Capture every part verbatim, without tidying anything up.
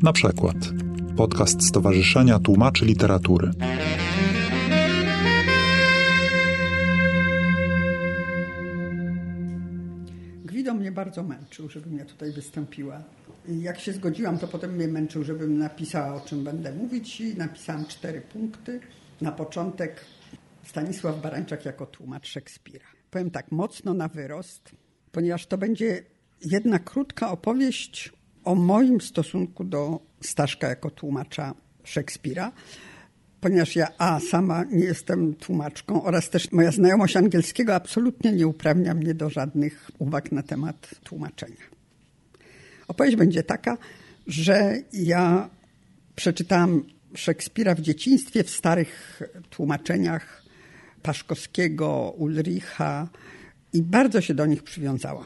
Na przykład podcast Stowarzyszenia Tłumaczy Literatury. Gwido mnie bardzo męczył, żebym ja tutaj wystąpiła. I jak się zgodziłam, to potem mnie męczył, żebym napisała, o czym będę mówić, i napisałam cztery punkty. Na początek Stanisław Barańczak jako tłumacz Szekspira. Powiem tak, mocno na wyrost, ponieważ to będzie jedna krótka opowieść o moim stosunku do Staszka jako tłumacza Szekspira, ponieważ ja a sama nie jestem tłumaczką oraz też moja znajomość angielskiego absolutnie nie uprawnia mnie do żadnych uwag na temat tłumaczenia. Opowieść będzie taka, że ja przeczytałam Szekspira w dzieciństwie w starych tłumaczeniach Paszkowskiego, Ulricha i bardzo się do nich przywiązałam.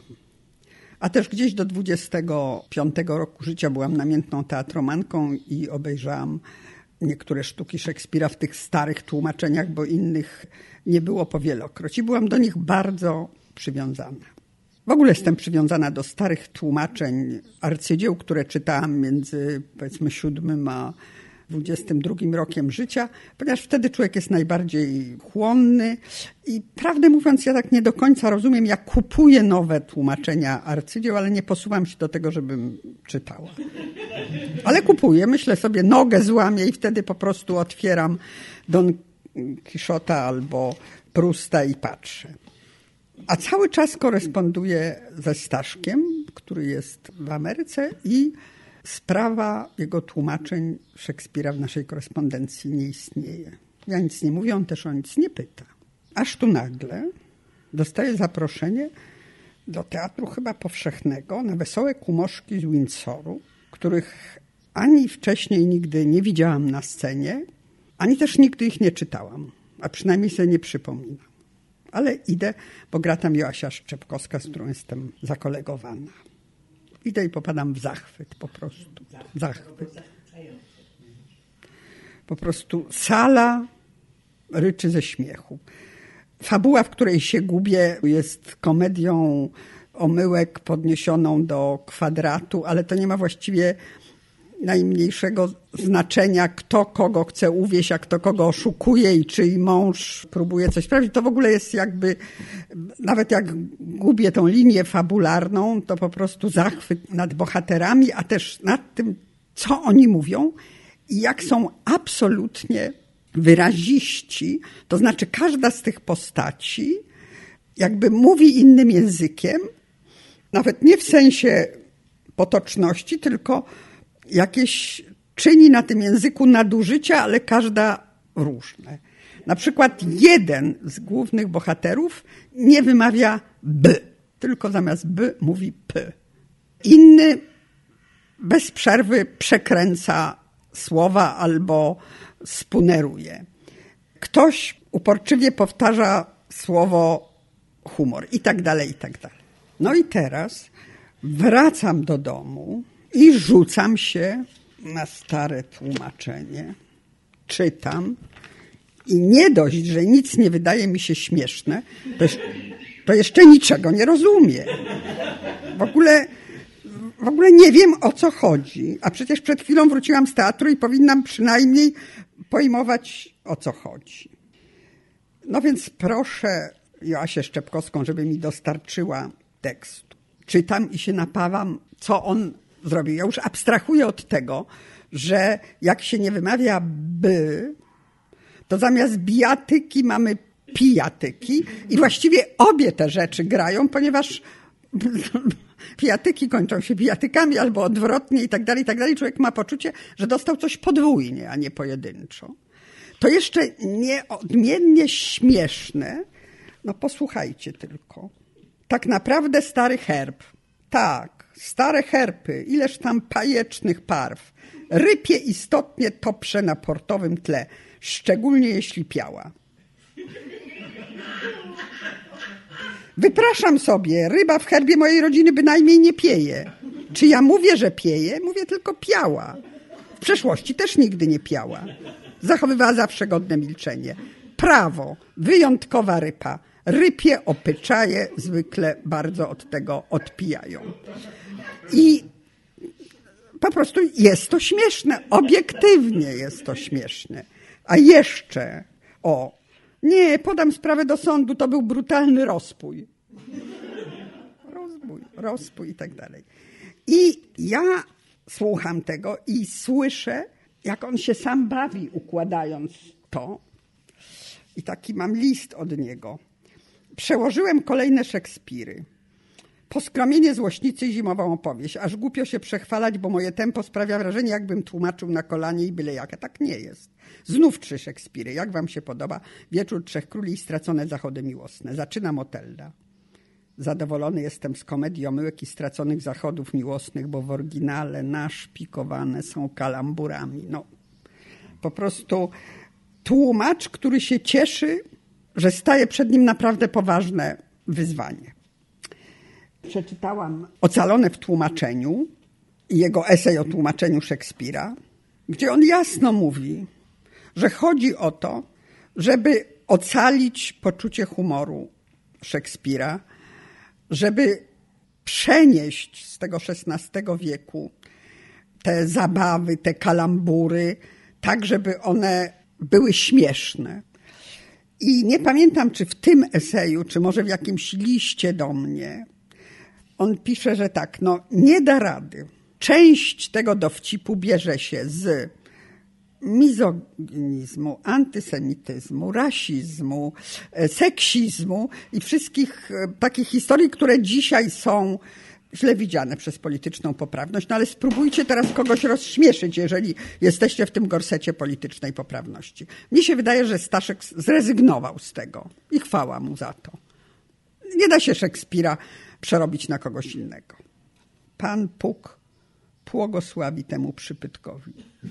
A też gdzieś do dwudziestego piątego roku życia byłam namiętną teatromanką i obejrzałam niektóre sztuki Szekspira w tych starych tłumaczeniach, bo innych nie było powielokroć. I byłam do nich bardzo przywiązana. W ogóle jestem przywiązana do starych tłumaczeń arcydzieł, które czytałam między, powiedzmy, siódmym a dwudziestym drugim rokiem życia, ponieważ wtedy człowiek jest najbardziej chłonny i prawdę mówiąc ja tak nie do końca rozumiem, jak kupuję nowe tłumaczenia arcydzieł, ale nie posuwam się do tego, żebym czytała. Ale kupuję, myślę sobie, nogę złamię i wtedy po prostu otwieram Don Quixota albo Prusta i patrzę. A cały czas koresponduję ze Staszkiem, który jest w Ameryce, i sprawa jego tłumaczeń Szekspira w naszej korespondencji nie istnieje. Ja nic nie mówię, on też o nic nie pyta. Aż tu nagle dostaję zaproszenie do Teatru chyba Powszechnego na Wesołe Kumoszki z Windsoru, których ani wcześniej nigdy nie widziałam na scenie, ani też nigdy ich nie czytałam, a przynajmniej sobie nie przypominam. Ale idę, bo gra tam Joasia Szczepkowska, z którą jestem zakolegowana. Idę i popadam w zachwyt po prostu. Zachwyt. Po prostu sala ryczy ze śmiechu. Fabuła, w której się gubię, jest komedią omyłek podniesioną do kwadratu, ale to nie ma właściwie najmniejszego znaczenia, kto kogo chce uwieść, a kto kogo oszukuje i czyj mąż próbuje coś sprawić. To w ogóle jest jakby, nawet jak gubię tą linię fabularną, to po prostu zachwyt nad bohaterami, a też nad tym, co oni mówią i jak są absolutnie wyraziści. To znaczy każda z tych postaci jakby mówi innym językiem, nawet nie w sensie potoczności, tylko jakieś czyni na tym języku nadużycia, ale każda różne. Na przykład jeden z głównych bohaterów nie wymawia b, tylko zamiast b mówi p. Inny bez przerwy przekręca słowa albo spuneruje. Ktoś uporczywie powtarza słowo humor i tak dalej, i tak dalej. No i teraz wracam do domu i rzucam się na stare tłumaczenie. Czytam i nie dość, że nic nie wydaje mi się śmieszne, to, jeszcze, to jeszcze niczego nie rozumiem. W ogóle, w ogóle nie wiem, o co chodzi. A przecież przed chwilą wróciłam z teatru i powinnam przynajmniej pojmować, o co chodzi. No więc proszę Joasię Szczepkowską, żeby mi dostarczyła tekstu. Czytam i się napawam, co on zrobił. Ja już abstrahuję od tego, że jak się nie wymawia by, to zamiast bijatyki mamy pijatyki i właściwie obie te rzeczy grają, ponieważ pijatyki kończą się bijatykami albo odwrotnie i tak dalej, i tak dalej. Człowiek ma poczucie, że dostał coś podwójnie, a nie pojedynczo. To jeszcze nieodmiennie śmieszne. No posłuchajcie tylko. Tak naprawdę stary herb. Tak, stare herpy, ileż tam pajecznych parw. Rypie istotnie toprze na portowym tle, szczególnie jeśli piała. Wypraszam sobie, ryba w herbie mojej rodziny bynajmniej nie pieje. Czy ja mówię, że pieje? Mówię tylko piała. W przeszłości też nigdy nie piała. Zachowywała zawsze godne milczenie. Prawo, wyjątkowa rypa. Rypie opyczaje zwykle bardzo od tego odpijają. I po prostu jest to śmieszne, obiektywnie jest to śmieszne. A jeszcze, o, nie, podam sprawę do sądu, to był brutalny rozpój. Rozbój, rozpój i tak dalej. I ja słucham tego i słyszę, jak on się sam bawi, układając to. I taki mam list od niego. Przełożyłem kolejne Szekspiry. Poskromienie złośnicy i zimową opowieść. Aż głupio się przechwalać, bo moje tempo sprawia wrażenie, jakbym tłumaczył na kolanie i byle jak. A tak nie jest. Znów trzy Szekspiry. Jak wam się podoba? Wieczór Trzech Króli i stracone zachody miłosne. Zaczynam Otelda. Zadowolony jestem z komedii omyłek i straconych zachodów miłosnych, bo w oryginale naszpikowane są kalamburami. No, po prostu tłumacz, który się cieszy, że staje przed nim naprawdę poważne wyzwanie. Przeczytałam Ocalone w tłumaczeniu i jego esej o tłumaczeniu Szekspira, gdzie on jasno mówi, że chodzi o to, żeby ocalić poczucie humoru Szekspira, żeby przenieść z tego szesnastego wieku te zabawy, te kalambury, tak żeby one były śmieszne. I nie pamiętam, czy w tym eseju, czy może w jakimś liście do mnie, on pisze, że tak, no nie da rady. Część tego dowcipu bierze się z mizoginizmu, antysemityzmu, rasizmu, seksizmu i wszystkich takich historii, które dzisiaj są źle widziane przez polityczną poprawność. No ale spróbujcie teraz kogoś rozśmieszyć, jeżeli jesteście w tym gorsecie politycznej poprawności. Mnie się wydaje, że Staszek zrezygnował z tego i chwała mu za to. Nie da się Szekspira przerobić na kogoś innego. Pan Puk błogosławi temu przybytkowi.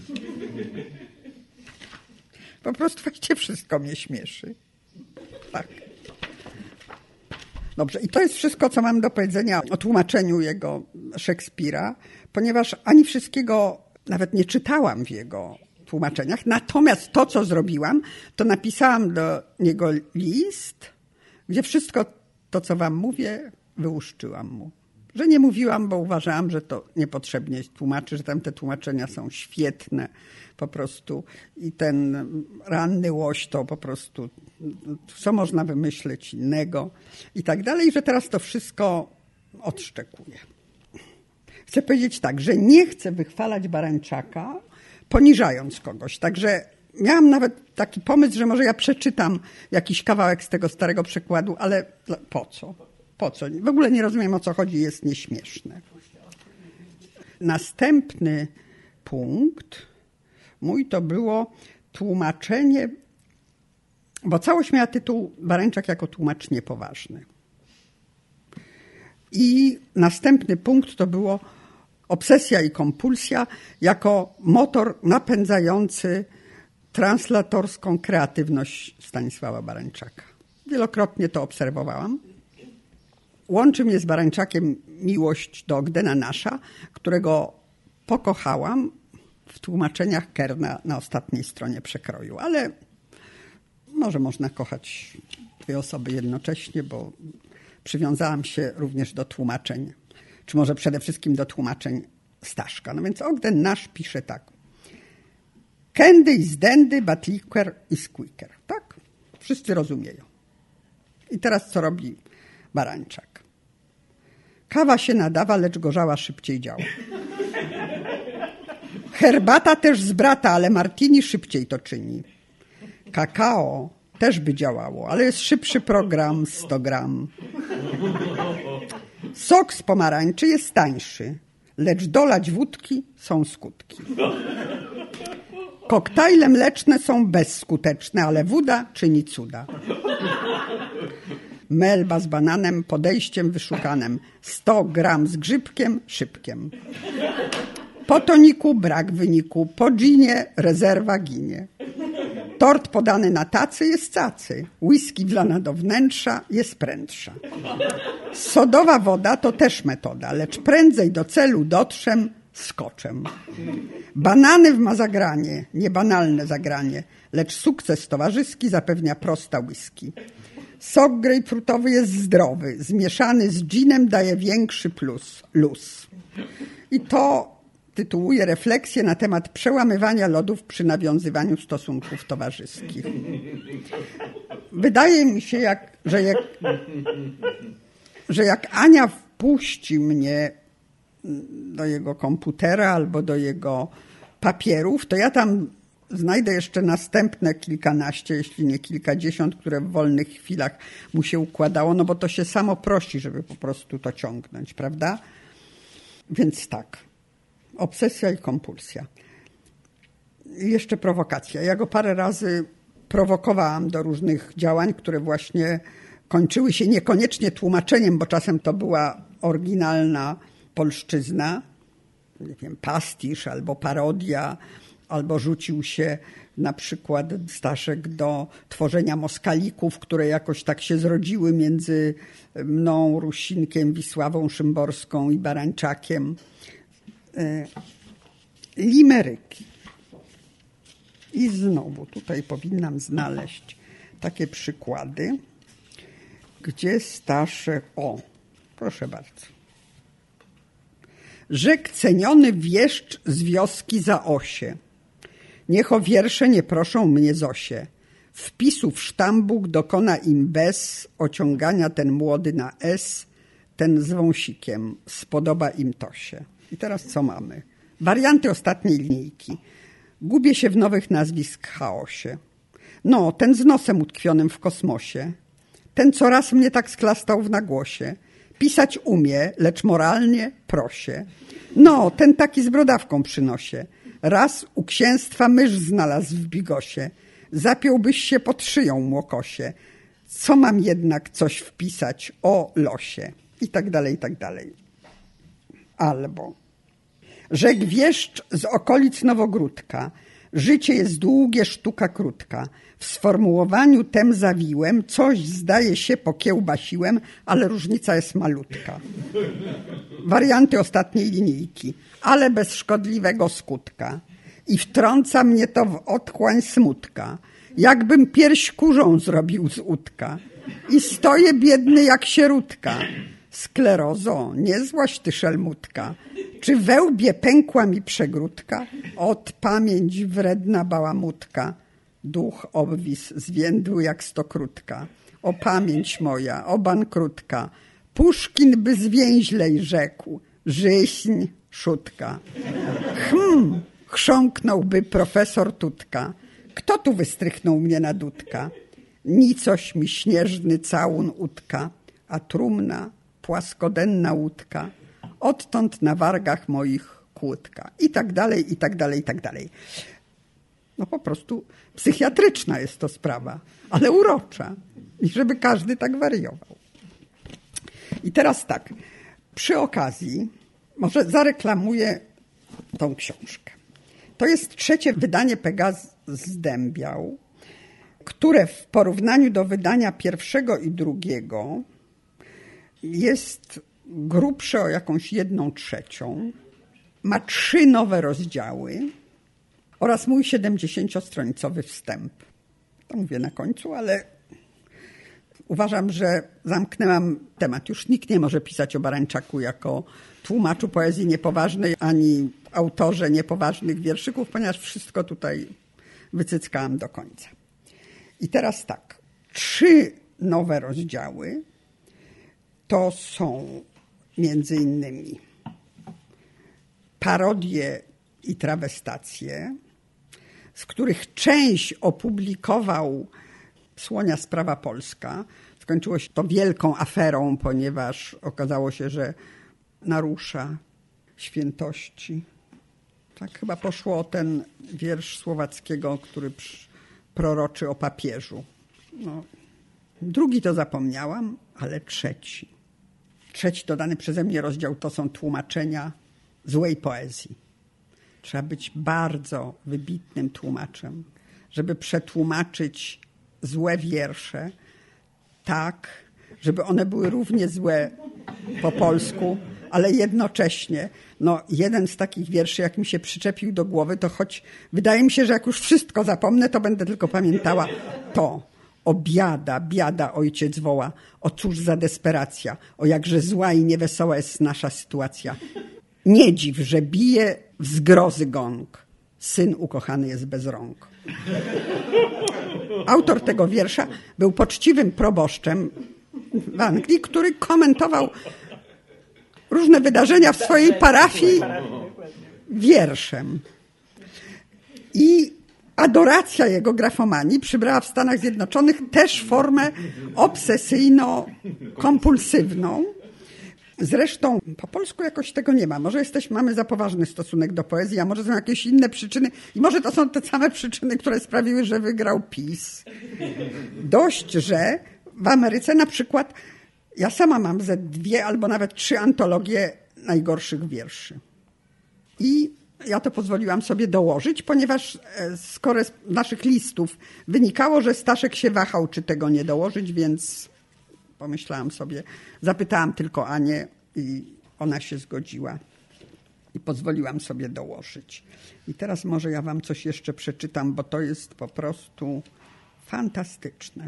Po prostu właściwie wszystko mnie śmieszy. Tak. Dobrze, i to jest wszystko, co mam do powiedzenia o tłumaczeniu jego Szekspira, ponieważ ani wszystkiego nawet nie czytałam w jego tłumaczeniach. Natomiast to, co zrobiłam, to napisałam do niego list, gdzie wszystko to, co wam mówię, wyłuszczyłam mu. Że nie mówiłam, bo uważałam, że to niepotrzebnie tłumaczy, że tam te tłumaczenia są świetne po prostu i ten ranny łoś to po prostu, co można wymyśleć innego i tak dalej, że teraz to wszystko odszczekuję. Chcę powiedzieć tak, że nie chcę wychwalać Barańczaka, poniżając kogoś, także miałam nawet taki pomysł, że może ja przeczytam jakiś kawałek z tego starego przekładu, ale po co? Po co? W ogóle nie rozumiem, o co chodzi, jest nieśmieszne. Następny punkt mój to było tłumaczenie, bo całość miała tytuł Barańczak jako tłumacz niepoważny. I następny punkt to było obsesja i kompulsja jako motor napędzający translatorską kreatywność Stanisława Barańczaka. Wielokrotnie to obserwowałam. Łączy mnie z Barańczakiem miłość do Ogdena Nasza, którego pokochałam w tłumaczeniach Kerna na ostatniej stronie przekroju. Ale może można kochać dwie osoby jednocześnie, bo przywiązałam się również do tłumaczeń, czy może przede wszystkim do tłumaczeń Staszka. No więc Ogden Nasz pisze tak. Candy is dandy, but liquor is quicker. Tak? Wszyscy rozumieją. I teraz co robi Barańczak? Kawa się nadawa, lecz gorzała szybciej działa. Herbata też z brata, ale martini szybciej to czyni. Kakao też by działało, ale jest szybszy program sto gram. Sok z pomarańczy jest tańszy, lecz dolać wódki są skutki. Koktajle mleczne są bezskuteczne, ale woda czyni cuda. Melba z bananem, podejściem wyszukanym. sto gram z grzybkiem, szybkiem. Po toniku brak wyniku, po ginie rezerwa ginie. Tort podany na tacy jest cacy. Whisky wlana do wnętrza jest prędsza. Sodowa woda to też metoda, lecz prędzej do celu dotrzem skoczem. Banany ma zagranie, niebanalne zagranie, lecz sukces towarzyski zapewnia prosta whisky. Sok grejpfrutowy jest zdrowy, zmieszany z ginem daje większy plus, luz. I to tytułuje Refleksje na temat przełamywania lodów przy nawiązywaniu stosunków towarzyskich. Wydaje mi się, jak, że, jak, że jak Ania wpuści mnie do jego komputera albo do jego papierów, to ja tam znajdę jeszcze następne kilkanaście, jeśli nie kilkadziesiąt, które w wolnych chwilach mu się układało, no bo to się samo prosi, żeby po prostu to ciągnąć, prawda? Więc tak, obsesja i kompulsja. I jeszcze prowokacja. Ja go parę razy prowokowałam do różnych działań, które właśnie kończyły się niekoniecznie tłumaczeniem, bo czasem to była oryginalna polszczyzna, nie wiem, pastisz albo parodia, albo rzucił się na przykład Staszek do tworzenia moskalików, które jakoś tak się zrodziły między mną, Rusinkiem, Wisławą Szymborską i Barańczakiem. Limeryki. I znowu tutaj powinnam znaleźć takie przykłady, gdzie Staszek... O, proszę bardzo. Rzek ceniony wieszcz z wioski za osie. Niech o wiersze nie proszą mnie Zosie. Wpisów sztambuk dokona im bez ociągania ten młody na S, ten z wąsikiem. Spodoba im to się. I teraz co mamy? Warianty ostatniej linijki. Gubię się w nowych nazwisk chaosie. No, ten z nosem utkwionym w kosmosie. Ten, co raz mnie tak sklastał w nagłosie. Pisać umie, lecz moralnie prosie. No, ten taki z brodawką przy nosie. Raz u księstwa mysz znalazł w bigosie. Zapiąłbyś się pod szyją, młokosie. Co mam jednak coś wpisać o losie? I tak dalej, i tak dalej. Albo rzek wieszcz z okolic Nowogródka. Życie jest długie, sztuka krótka. W sformułowaniu tem zawiłem, coś zdaje się pokiełbasiłem, ale różnica jest malutka. Warianty ostatniej linijki, ale bez szkodliwego skutka. I wtrąca mnie to w otchłań smutka. Jakbym pierś kurzą zrobił z udka. I stoję biedny jak sieródka. Sklerozo, nie złaś ty szelmutka. Czy we łbie pękła mi przegródka? Ot pamięć wredna bałamutka. Duch obwis zwiędły jak stokrótka. O pamięć moja, o bankrutka. Puszkin by zwięźlej rzekł. Żyśń, szutka. Hm, chrząknąłby profesor Tutka. Kto tu wystrychnął mnie na dudka? Nicoś mi śnieżny całun utka, a trumna płaskodenna łódka. Odtąd na wargach moich kłódka. I tak dalej, i tak dalej, i tak dalej. No po prostu psychiatryczna jest to sprawa, ale urocza. I żeby każdy tak wariował. I teraz tak, przy okazji może zareklamuję tą książkę. To jest trzecie wydanie Pegaz Zdębiał, które w porównaniu do wydania pierwszego i drugiego jest grubsze o jakąś jedną trzecią. Ma trzy nowe rozdziały oraz mój siedemdziesięciostronicowy wstęp. To mówię na końcu, ale uważam, że zamknęłam temat. Już nikt nie może pisać o Barańczaku jako tłumaczu poezji niepoważnej, ani autorze niepoważnych wierszyków, ponieważ wszystko tutaj wycyckałam do końca. I teraz tak, trzy nowe rozdziały to są między innymi parodie i trawestacje, z których część opublikował Słonia Sprawa Polska. Skończyło się to wielką aferą, ponieważ okazało się, że narusza świętości. Tak chyba poszło o ten wiersz Słowackiego, który proroczy o papieżu. No. Drugi to zapomniałam, ale trzeci. Trzeci dodany przeze mnie rozdział to są tłumaczenia złej poezji. Trzeba być bardzo wybitnym tłumaczem, żeby przetłumaczyć złe wiersze tak, żeby one były równie złe po polsku, ale jednocześnie, no jeden z takich wierszy, jak mi się przyczepił do głowy, to choć wydaje mi się, że jak już wszystko zapomnę, to będę tylko pamiętała to. O biada, biada ojciec woła, o cóż za desperacja, o jakże zła i niewesoła jest nasza sytuacja. Nie dziw, że bije w zgrozy gong. Syn ukochany jest bez rąk. Autor tego wiersza był poczciwym proboszczem w Anglii, który komentował różne wydarzenia w swojej parafii wierszem. I adoracja jego grafomanii przybrała w Stanach Zjednoczonych też formę obsesyjno-kompulsywną. Zresztą po polsku jakoś tego nie ma. Może jesteśmy, mamy za poważny stosunek do poezji, a może są jakieś inne przyczyny i może to są te same przyczyny, które sprawiły, że wygrał PiS. Dość, że w Ameryce na przykład ja sama mam ze dwie albo nawet trzy antologie najgorszych wierszy. I ja to pozwoliłam sobie dołożyć, ponieważ z naszych listów wynikało, że Staszek się wahał, czy tego nie dołożyć, więc pomyślałam sobie, zapytałam tylko Anię i ona się zgodziła i pozwoliłam sobie dołożyć. I teraz może ja wam coś jeszcze przeczytam, bo to jest po prostu fantastyczne.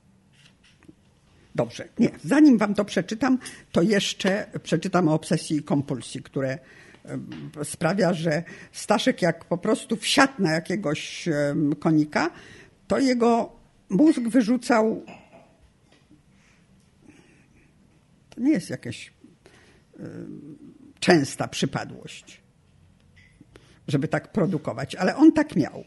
Dobrze, nie, zanim wam to przeczytam, to jeszcze przeczytam o obsesji i kompulsji, które sprawia, że Staszek jak po prostu wsiadł na jakiegoś konika, to jego mózg wyrzucał. To nie jest jakaś y, częsta przypadłość, żeby tak produkować, ale on tak miał.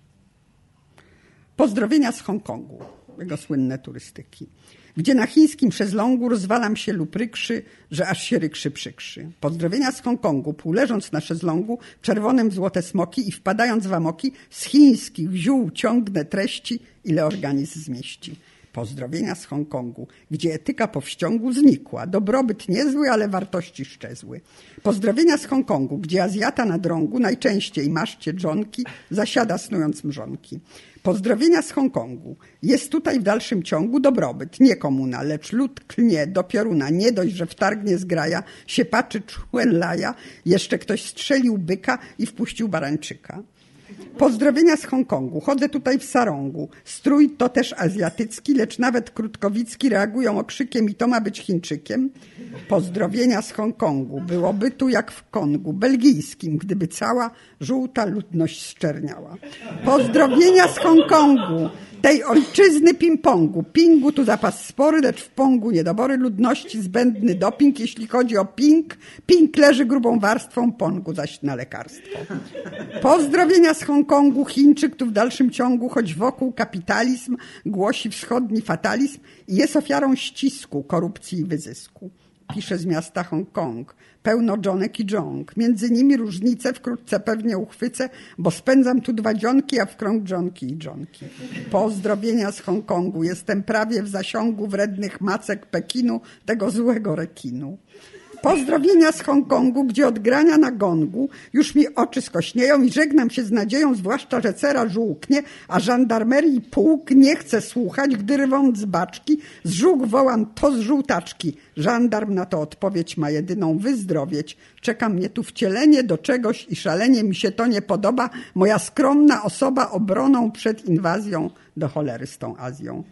Pozdrowienia z Hongkongu, jego słynne turystyki, gdzie na chińskim szezlongu rozwalam się lub rykszy, że aż się rykszy przykrzy. Pozdrowienia z Hongkongu, półleżąc na szezlongu, czerwonym złote smoki i wpadając w amoki, z chińskich ziół ciągnę treści, ile organizm zmieści. Pozdrowienia z Hongkongu, gdzie etyka po wściągu znikła, dobrobyt niezły, ale wartości szczezły. Pozdrowienia z Hongkongu, gdzie Azjata na drągu, najczęściej maszcie dżonki, zasiada snując mrzonki. Pozdrowienia z Hongkongu. Jest tutaj w dalszym ciągu dobrobyt, nie komuna, lecz lud klnie do pioruna. Nie dość, że wtargnie zgraja, się patrzy człenlaja, jeszcze ktoś strzelił byka i wpuścił barańczyka. Pozdrowienia z Hongkongu. Chodzę tutaj w sarągu. Strój to też azjatycki, lecz nawet krótkowicki reagują okrzykiem i to ma być Chińczykiem. Pozdrowienia z Hongkongu. Byłoby tu jak w Kongu belgijskim, gdyby cała żółta ludność zczerniała. Pozdrowienia z Hongkongu. Tej ojczyzny ping-pongu. Pingu tu zapas spory, lecz w pongu niedobory ludności, zbędny doping. Jeśli chodzi o ping, ping leży grubą warstwą, pongu zaś na lekarstwo. Pozdrowienia z Hongkongu. Chińczyk tu w dalszym ciągu, choć wokół kapitalizm głosi wschodni fatalizm i jest ofiarą ścisku, korupcji i wyzysku. Pisze z miasta Hongkong. Pełno dżonek i dżong. Między nimi różnice wkrótce pewnie uchwycę, bo spędzam tu dwa dzionki, a w krąg dżonki i dżonki. Pozdrowienia z Hongkongu. Jestem prawie w zasiągu wrednych macek Pekinu, tego złego rekinu. Pozdrowienia z Hongkongu, gdzie od grania na gongu już mi oczy skośnieją i żegnam się z nadzieją, zwłaszcza, że cera żółknie, a żandarmerii pułk nie chce słuchać, gdy rwą dzbaczki. Z żółk wołam, to z żółtaczki. Żandarm na to odpowiedź ma jedyną: wyzdrowieć. Czeka mnie tu wcielenie do czegoś i szalenie mi się to nie podoba. Moja skromna osoba obroną przed inwazją do cholery z tą Azją.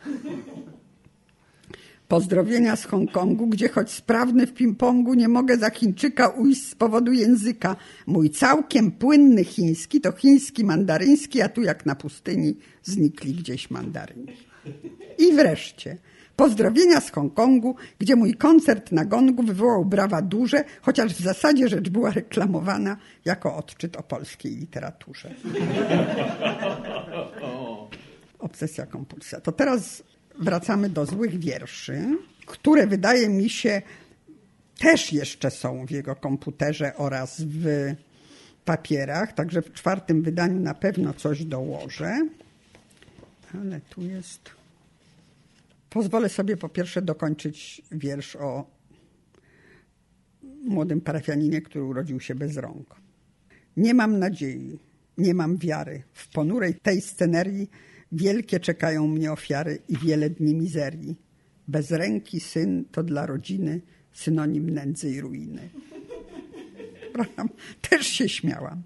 Pozdrowienia z Hongkongu, gdzie choć sprawny w ping-pongu nie mogę za Chińczyka ujść z powodu języka. Mój całkiem płynny chiński to chiński mandaryński, a tu jak na pustyni znikli gdzieś mandaryni. I wreszcie pozdrowienia z Hongkongu, gdzie mój koncert na gongu wywołał brawa duże, chociaż w zasadzie rzecz była reklamowana jako odczyt o polskiej literaturze. Obsesja, kompulsja. To teraz wracamy do złych wierszy, które wydaje mi się też jeszcze są w jego komputerze oraz w papierach, także w czwartym wydaniu na pewno coś dołożę. Ale tu jest... Pozwolę sobie po pierwsze dokończyć wiersz o młodym parafianinie, który urodził się bez rąk. Nie mam nadziei, nie mam wiary. W ponurej tej scenerii wielkie czekają mnie ofiary i wiele dni mizerii. Bez ręki syn to dla rodziny synonim nędzy i ruiny. Prawda? Też się śmiałam.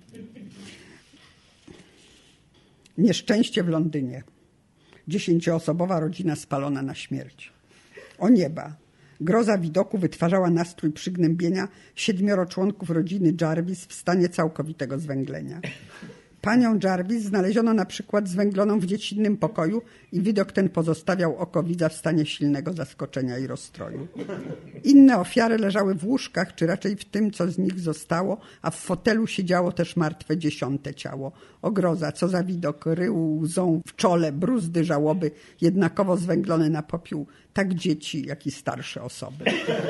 Nieszczęście w Londynie. Dziesięcioosobowa rodzina spalona na śmierć. O nieba! Groza widoku wytwarzała nastrój przygnębienia siedmioro członków rodziny Jarvis w stanie całkowitego zwęglenia. Panią Jarvis znaleziono na przykład zwęgloną w dziecinnym pokoju i widok ten pozostawiał oko widza w stanie silnego zaskoczenia i rozstroju. Inne ofiary leżały w łóżkach, czy raczej w tym, co z nich zostało, a w fotelu siedziało też martwe dziesiąte ciało. O groza, co za widok, rył łzą w czole, bruzdy żałoby, jednakowo zwęglone na popiół, tak dzieci, jak i starsze osoby.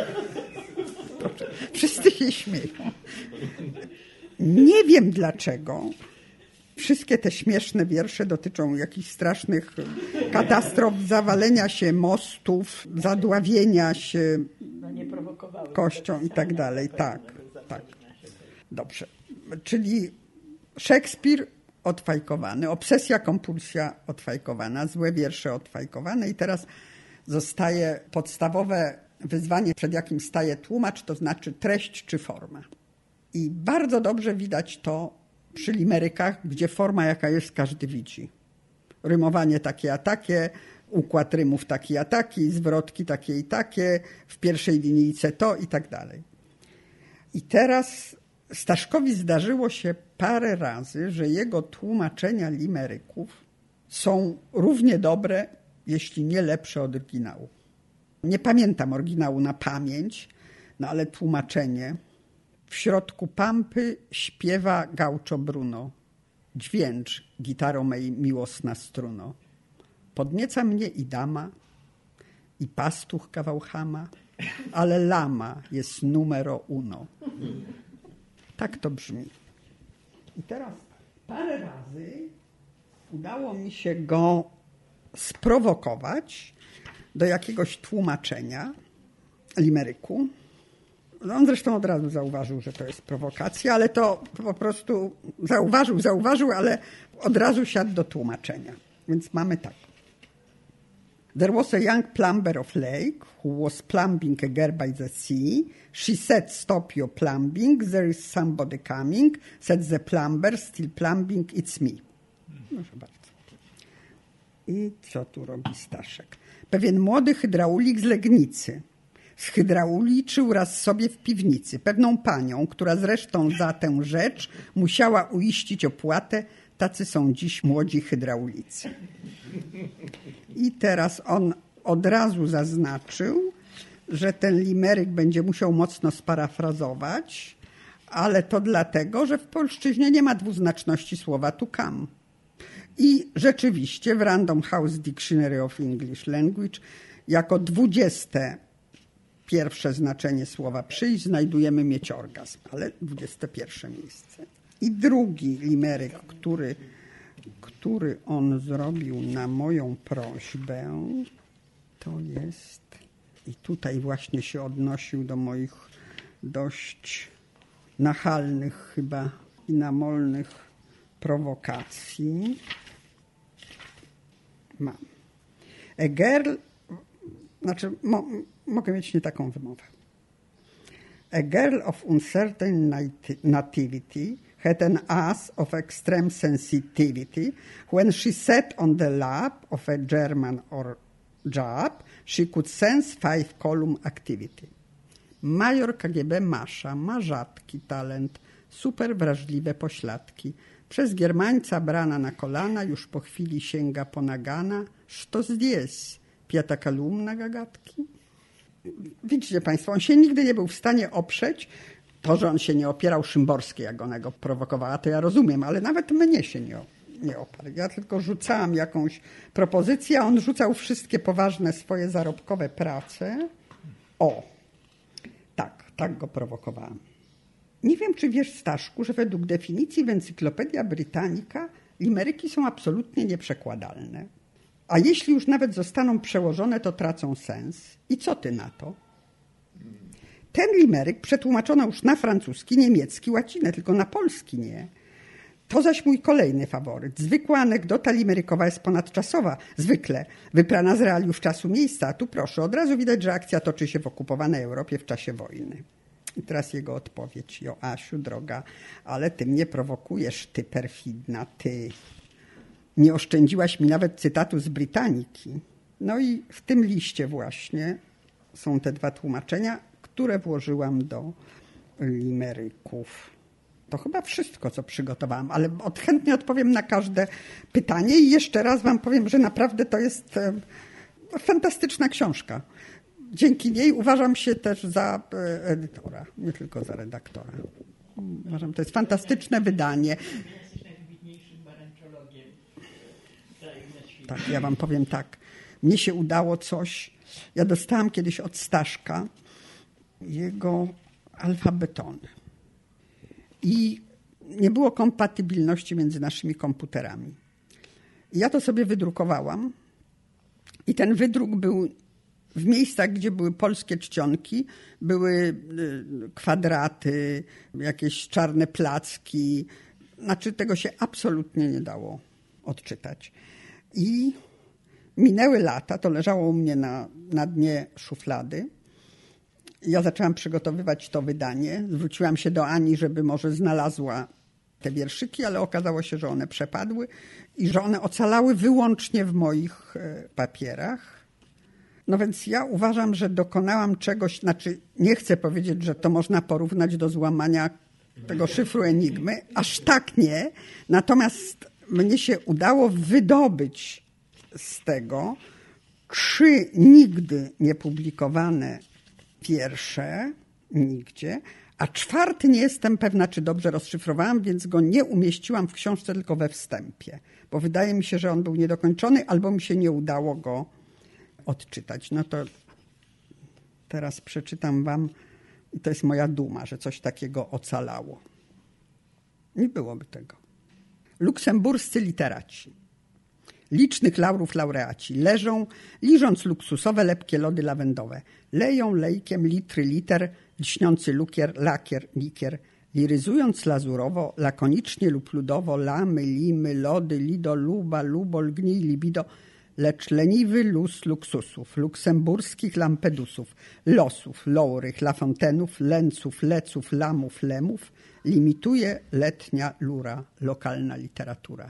Proszę, wszyscy się śmieją. Nie wiem dlaczego. Wszystkie te śmieszne wiersze dotyczą jakichś strasznych katastrof, zawalenia się mostów, zadławienia się kością i tak dalej. Tak, tak. Dobrze. Czyli Szekspir odfajkowany, obsesja, kompulsja odfajkowana, złe wiersze odfajkowane i teraz zostaje podstawowe wyzwanie, przed jakim staje tłumacz, to znaczy treść czy forma. I bardzo dobrze widać to przy limerykach, gdzie forma jaka jest, każdy widzi. Rymowanie takie a takie, układ rymów taki a taki, zwrotki takie i takie, w pierwszej linijce to i tak dalej. I teraz Staszkowi zdarzyło się parę razy, że jego tłumaczenia limeryków są równie dobre, jeśli nie lepsze od oryginału. Nie pamiętam oryginału na pamięć, no ale tłumaczenie. W środku pampy śpiewa gaucho Bruno. Dźwięcz gitarą mej miłosna struno. Podnieca mnie i dama, i pastuch kawał chama, ale lama jest numero uno. Tak to brzmi. I teraz parę razy udało mi się go sprowokować do jakiegoś tłumaczenia limeryku. No on zresztą od razu zauważył, że to jest prowokacja, ale to po prostu zauważył, zauważył, ale od razu siadł do tłumaczenia. Więc mamy tak. There was a young plumber of lake who was plumbing a girl by the sea. She said, stop your plumbing, there is somebody coming. Said the plumber, still plumbing, it's me. Proszę bardzo. I co tu robi Staszek? Pewien młody hydraulik z Legnicy zhydrauliczył raz sobie w piwnicy pewną panią, która zresztą za tę rzecz musiała uiścić opłatę. Tacy są dziś młodzi hydraulicy. I teraz on od razu zaznaczył, że ten limeryk będzie musiał mocno sparafrazować, ale to dlatego, że w polszczyźnie nie ma dwuznaczności słowa to come. I rzeczywiście w Random House Dictionary of English Language jako dwudzieste pierwsze znaczenie słowa przyjść znajdujemy mieć orgazm, ale dwudzieste pierwsze miejsce. I drugi limeryk, który, który on zrobił na moją prośbę, to jest, i tutaj właśnie się odnosił do moich dość nachalnych chyba i namolnych prowokacji. Mam. A girl, znaczy mo, mogę mieć nie taką wymowę. A girl of uncertain nativity had an ass of extreme sensitivity. When she sat on the lap of a German or Jap, she could sense five column activity. Major K G B Masza ma rzadki talent, super wrażliwe pośladki. Przez Giermańca brana na kolana, już po chwili sięga po nagana. Što zdjes? Piata kalumna gagatki? Widzicie Państwo, on się nigdy nie był w stanie oprzeć. To, że on się nie opierał Szymborskiej, jak ona go prowokowała, to ja rozumiem, ale nawet mnie się nie, nie oparł. Ja tylko rzucałam jakąś propozycję, a on rzucał wszystkie poważne swoje zarobkowe prace. O, tak, tak go prowokowałam. Nie wiem, czy wiesz, Staszku, że według definicji w Encyklopedia Britannica limeryki są absolutnie nieprzekładalne. A jeśli już nawet zostaną przełożone, to tracą sens. I co ty na to? Ten limeryk przetłumaczono już na francuski, niemiecki, łacinę, tylko na polski nie. To zaś mój kolejny faworyt. Zwykła anegdota limerykowa jest ponadczasowa. Zwykle wyprana z realiów czasu miejsca. A tu proszę, od razu widać, że akcja toczy się w okupowanej Europie w czasie wojny. I teraz jego odpowiedź. Joasiu, droga, ale ty mnie prowokujesz, ty perfidna, ty. Nie oszczędziłaś mi nawet cytatu z Britaniki. No i w tym liście właśnie są te dwa tłumaczenia, które włożyłam do limeryków. To chyba wszystko, co przygotowałam, ale chętnie odpowiem na każde pytanie i jeszcze raz wam powiem, że naprawdę to jest fantastyczna książka. Dzięki niej uważam się też za edytora, nie tylko za redaktora. Uważam, to jest fantastyczne wydanie. Jesteś najwybitniejszym baranchologiem na świecie. Tak, ja wam powiem tak. Mnie się udało coś. Ja dostałam kiedyś od Staszka jego alfabetony. I nie było kompatybilności między naszymi komputerami. I ja to sobie wydrukowałam. I ten wydruk był w miejscach, gdzie były polskie czcionki, były kwadraty, jakieś czarne placki. Znaczy tego się absolutnie nie dało odczytać. I minęły lata, to leżało u mnie na, na dnie szuflady. Ja zaczęłam przygotowywać to wydanie. Zwróciłam się do Ani, żeby może znalazła te wierszyki, ale okazało się, że one przepadły i że one ocalały wyłącznie w moich papierach. No więc ja uważam, że dokonałam czegoś, znaczy nie chcę powiedzieć, że to można porównać do złamania tego szyfru Enigmy, aż tak nie. Natomiast mnie się udało wydobyć z tego trzy nigdy niepublikowane wiersze, nigdzie, a czwarty nie jestem pewna, czy dobrze rozszyfrowałam, więc go nie umieściłam w książce, tylko we wstępie, bo wydaje mi się, że on był niedokończony, albo mi się nie udało go odczytać. No to teraz przeczytam wam, i to jest moja duma, że coś takiego ocalało. Nie byłoby tego. Luksemburscy literaci. Licznych laurów laureaci leżą, liżąc luksusowe, lepkie lody lawendowe. Leją lejkiem litry liter, lśniący lukier, lakier, likier. Liryzując lazurowo, lakonicznie lub ludowo, lamy, limy, lody, lido, luba, lubol, gnij, libido, lecz leniwy luz luksusów, luksemburskich lampedusów, losów, laurych, lafontenów, lęców, leców, lamów, lemów, limituje letnia lura, lokalna literatura.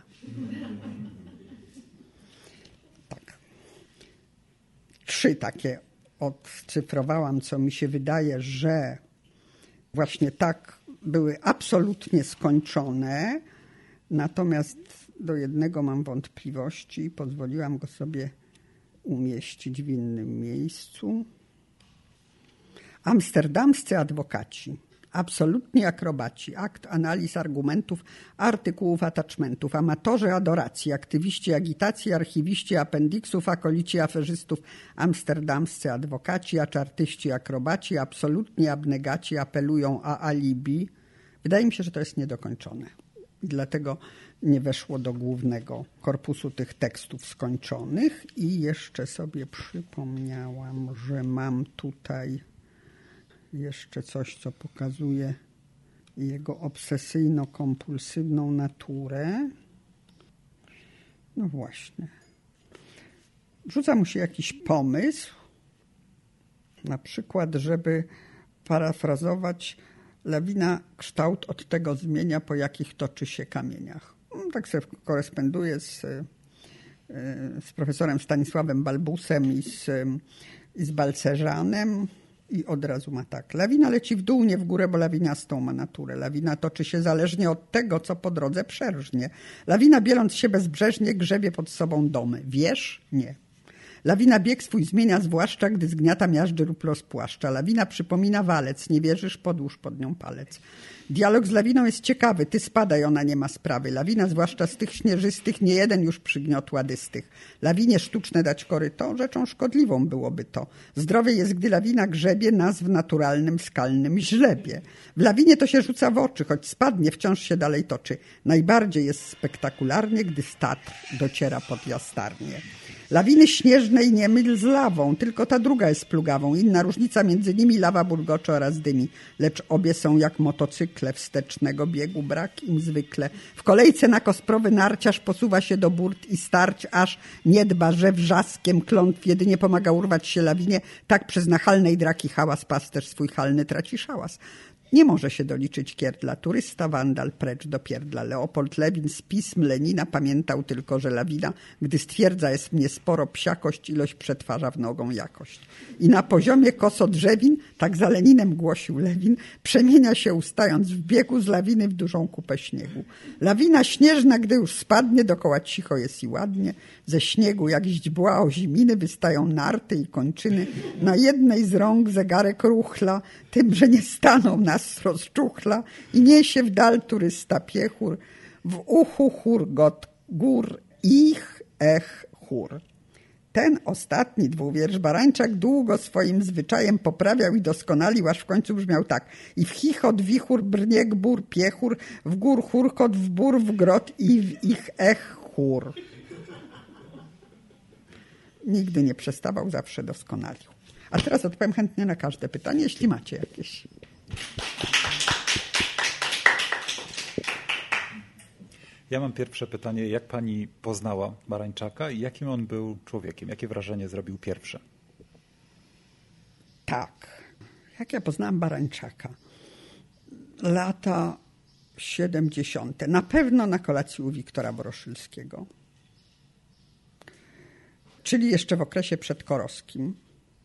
Tak. Trzy takie odcyfrowałam, co mi się wydaje, że właśnie tak były absolutnie skończone, natomiast do jednego mam wątpliwości i pozwoliłam go sobie umieścić w innym miejscu. Amsterdamscy adwokaci, absolutni akrobaci, akt analiz argumentów, artykułów, attachmentów, amatorzy adoracji, aktywiści agitacji, archiwiści apendiksów, akolici aferzystów, amsterdamscy adwokaci, aczartyści akrobaci, absolutni abnegaci apelują o alibi. Wydaje mi się, że to jest niedokończone. I dlatego nie weszło do głównego korpusu tych tekstów skończonych. I jeszcze sobie przypomniałam, że mam tutaj jeszcze coś, co pokazuje jego obsesyjno-kompulsywną naturę. No właśnie. Rzuca mu się jakiś pomysł, na przykład, żeby parafrazować: lawina kształt od tego zmienia, po jakich toczy się kamieniach. Tak sobie koresponduje z, z profesorem Stanisławem Balbusem i z, i z Balcerzanem i od razu ma tak. Lawina leci w dół, nie w górę, bo lawiniastą ma naturę. Lawina toczy się zależnie od tego, co po drodze przerżnie. Lawina, bieląc się bezbrzeżnie, grzebie pod sobą domy. Wiesz? Nie. Lawina bieg swój zmienia, zwłaszcza gdy zgniata miażdży lub rozpłaszcza. Lawina przypomina walec, nie wierzysz, podłóż pod nią palec. Dialog z lawiną jest ciekawy, ty spadaj, ona nie ma sprawy. Lawina, zwłaszcza z tych śnieżystych, nie jeden już przygniot ładystych. Lawinie sztuczne dać koryto, rzeczą szkodliwą byłoby to. Zdrowie jest, gdy lawina grzebie nas w naturalnym, skalnym źlebie. W lawinie to się rzuca w oczy, choć spadnie, wciąż się dalej toczy. Najbardziej jest spektakularnie, gdy z Tatr dociera pod jastarnię. Lawiny śnieżnej nie myl z lawą, tylko ta druga jest plugawą. Inna różnica między nimi, lawa burgocze oraz dymi. Lecz obie są jak motocykle, wstecznego biegu brak im zwykle. W kolejce na kosprowy narciarz posuwa się do burt i starć, aż nie dba, że wrzaskiem klątw jedynie pomaga urwać się lawinie. Tak przez nachalnej draki hałas pasterz swój halny traci szałas. Nie może się doliczyć Kierdla. Turysta, wandal, precz do pierdla. Leopold Lewin z pism Lenina pamiętał tylko, że lawina, gdy stwierdza jest mnie sporo psiakość, ilość przetwarza w nogą jakość. I na poziomie kosodrzewin, tak za Leninem głosił Lewin, przemienia się ustając w biegu z lawiny w dużą kupę śniegu. Lawina śnieżna, gdy już spadnie, dokoła cicho jest i ładnie. Ze śniegu jak źdźbła oziminy wystają narty i kończyny. Na jednej z rąk zegarek ruchla, tym, że nie staną nas rozczuchla i niesie w dal turysta piechur, w uchu churgot gór, ich, ech, chór. Ten ostatni dwuwiersz Barańczak długo swoim zwyczajem poprawiał i doskonalił, aż w końcu brzmiał tak. I w chichot, wichur, brnieg, bór, piechur, w gór, churkot, w bór, w grot i w ich, ech, chór. Nigdy nie przestawał, zawsze doskonalił. A teraz odpowiem chętnie na każde pytanie, jeśli macie jakieś. Ja mam pierwsze pytanie. Jak pani poznała Barańczaka i jakim on był człowiekiem? Jakie wrażenie zrobił pierwsze? Tak. Jak ja poznałam Barańczaka? Lata siedemdziesiąte. Na pewno na kolacji u Wiktora Boroszylskiego. Czyli jeszcze w okresie przedkoroskim.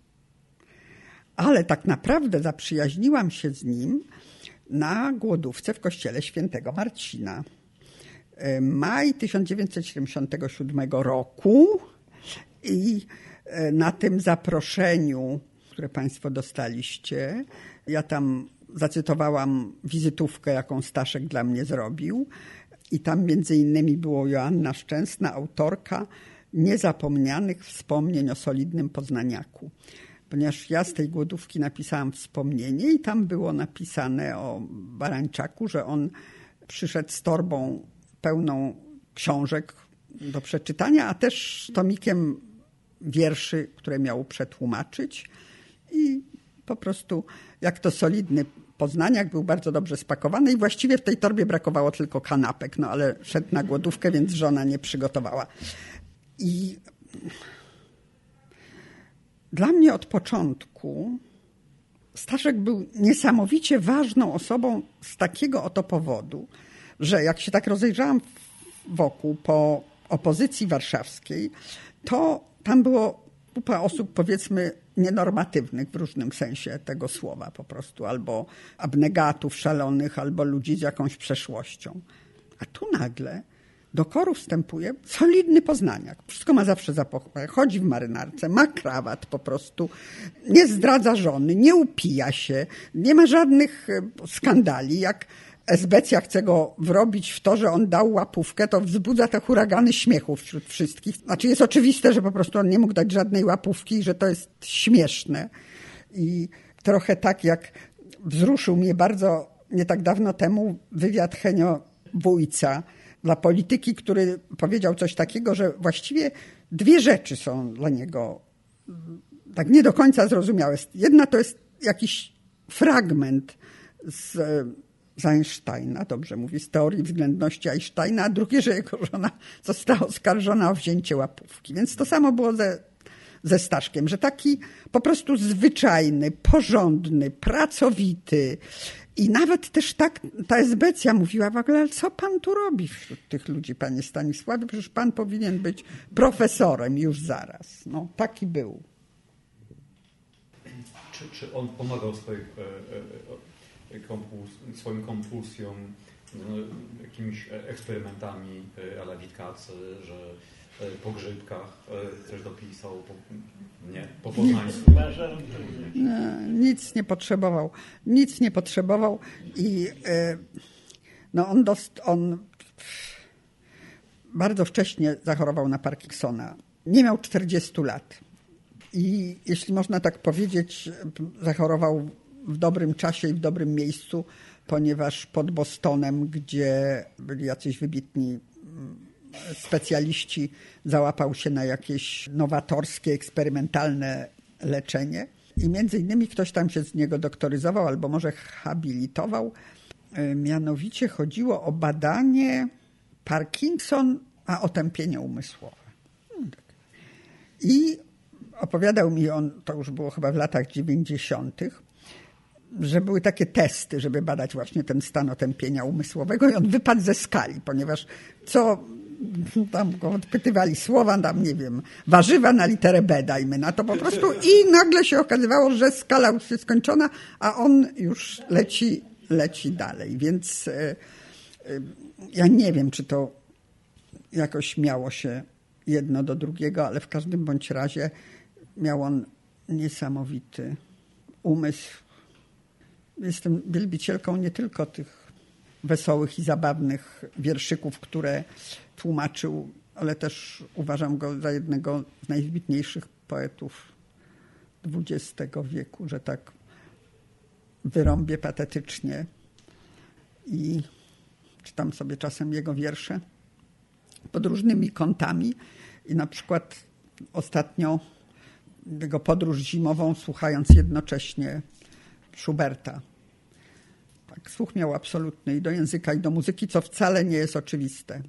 Ale tak naprawdę zaprzyjaźniłam się z nim na głodówce w kościele świętego Marcina. Maj tysiąc dziewięćset siedemdziesiątego siódmego roku i na tym zaproszeniu, które państwo dostaliście, ja tam zacytowałam wizytówkę, jaką Staszek dla mnie zrobił i tam między innymi było Joanna Szczęsna, autorka niezapomnianych wspomnień o solidnym poznaniaku. Ponieważ ja z tej głodówki napisałam wspomnienie i tam było napisane o Barańczaku, że on przyszedł z torbą pełną książek do przeczytania, a też tomikiem wierszy, które miał przetłumaczyć. I po prostu jak to solidny poznaniak był bardzo dobrze spakowany i właściwie w tej torbie brakowało tylko kanapek, no ale szedł na głodówkę, więc żona nie przygotowała. I dla mnie od początku Staszek był niesamowicie ważną osobą z takiego oto powodu, że jak się tak rozejrzałam wokół po opozycji warszawskiej, to tam było kupa osób, powiedzmy, nienormatywnych w różnym sensie tego słowa po prostu, albo abnegatów szalonych, albo ludzi z jakąś przeszłością. A tu nagle do koru wstępuje solidny poznaniak. Wszystko ma zawsze za pochwałę. Chodzi w marynarce, ma krawat po prostu, nie zdradza żony, nie upija się, nie ma żadnych skandali. Jak Esbecja chce go wrobić w to, że on dał łapówkę, to wzbudza te huragany śmiechu wśród wszystkich. Znaczy jest oczywiste, że po prostu on nie mógł dać żadnej łapówki i że to jest śmieszne. I trochę tak jak wzruszył mnie bardzo nie tak dawno temu wywiad Henio Wójca dla Polityki, który powiedział coś takiego, że właściwie dwie rzeczy są dla niego tak nie do końca zrozumiałe. Jedna to jest jakiś fragment z, z Einsteina, dobrze mówi, z teorii względności Einsteina, a drugie, że jego żona została oskarżona o wzięcie łapówki. Więc to samo było ze, ze Staszkiem, że taki po prostu zwyczajny, porządny, pracowity i nawet też tak ta Esbecja mówiła w ogóle, ale co pan tu robi wśród tych ludzi, panie Stanisławie? Przecież pan powinien być profesorem już zaraz. No, taki był. Czy, czy on pomagał swoich, e, e, kompuls, swoim kompulsjom, no, jakimiś eksperymentami a la Witkacy, że po grzybkach też dopisał, po, nie, po poznańsku. Nie, nic nie potrzebował. Nic nie potrzebował i e, no on, dost, on bardzo wcześnie zachorował na Parkinsona. Nie miał czterdziestu lat. I jeśli można tak powiedzieć, zachorował w dobrym czasie i w dobrym miejscu, ponieważ pod Bostonem, gdzie byli jacyś wybitni specjaliści, załapał się na jakieś nowatorskie, eksperymentalne leczenie. I między innymi ktoś tam się z niego doktoryzował albo może habilitował. Mianowicie chodziło o badanie Parkinson, a otępienie umysłowe. I opowiadał mi on, to już było chyba w latach dziewięćdziesiątych, że były takie testy, żeby badać właśnie ten stan otępienia umysłowego i on wypadł ze skali, ponieważ co tam go odpytywali słowa, tam nie wiem, warzywa na literę B dajmy na to po prostu i nagle się okazywało, że skala już jest skończona, a on już leci, leci dalej. Więc y, y, ja nie wiem, czy to jakoś miało się jedno do drugiego, ale w każdym bądź razie miał on niesamowity umysł. Jestem wielbicielką nie tylko tych wesołych i zabawnych wierszyków, które tłumaczył, ale też uważam go za jednego z najwybitniejszych poetów dwudziestego wieku, że tak wyrąbię patetycznie i czytam sobie czasem jego wiersze pod różnymi kątami i na przykład ostatnio jego podróż zimową, słuchając jednocześnie Schuberta. Tak, słuch miał absolutny i do języka, i do muzyki, co wcale nie jest oczywiste.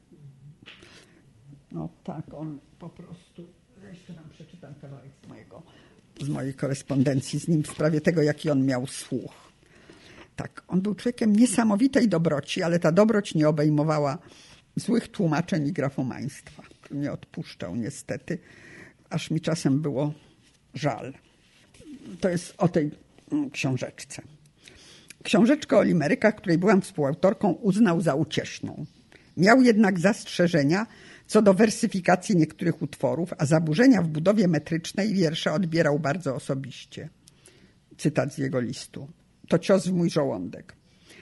No tak, on po prostu... Jeszcze nam przeczytam kawałek z, mojego, z mojej korespondencji z nim w sprawie tego, jaki on miał słuch. Tak, on był człowiekiem niesamowitej dobroci, ale ta dobroć nie obejmowała złych tłumaczeń i grafomaństwa. Nie odpuszczał niestety, aż mi czasem było żal. To jest o tej książeczce. Książeczkę o limerykach, której byłam współautorką, uznał za ucieszną. Miał jednak zastrzeżenia co do wersyfikacji niektórych utworów, a zaburzenia w budowie metrycznej wiersza odbierał bardzo osobiście. Cytat z jego listu. To cios w mój żołądek.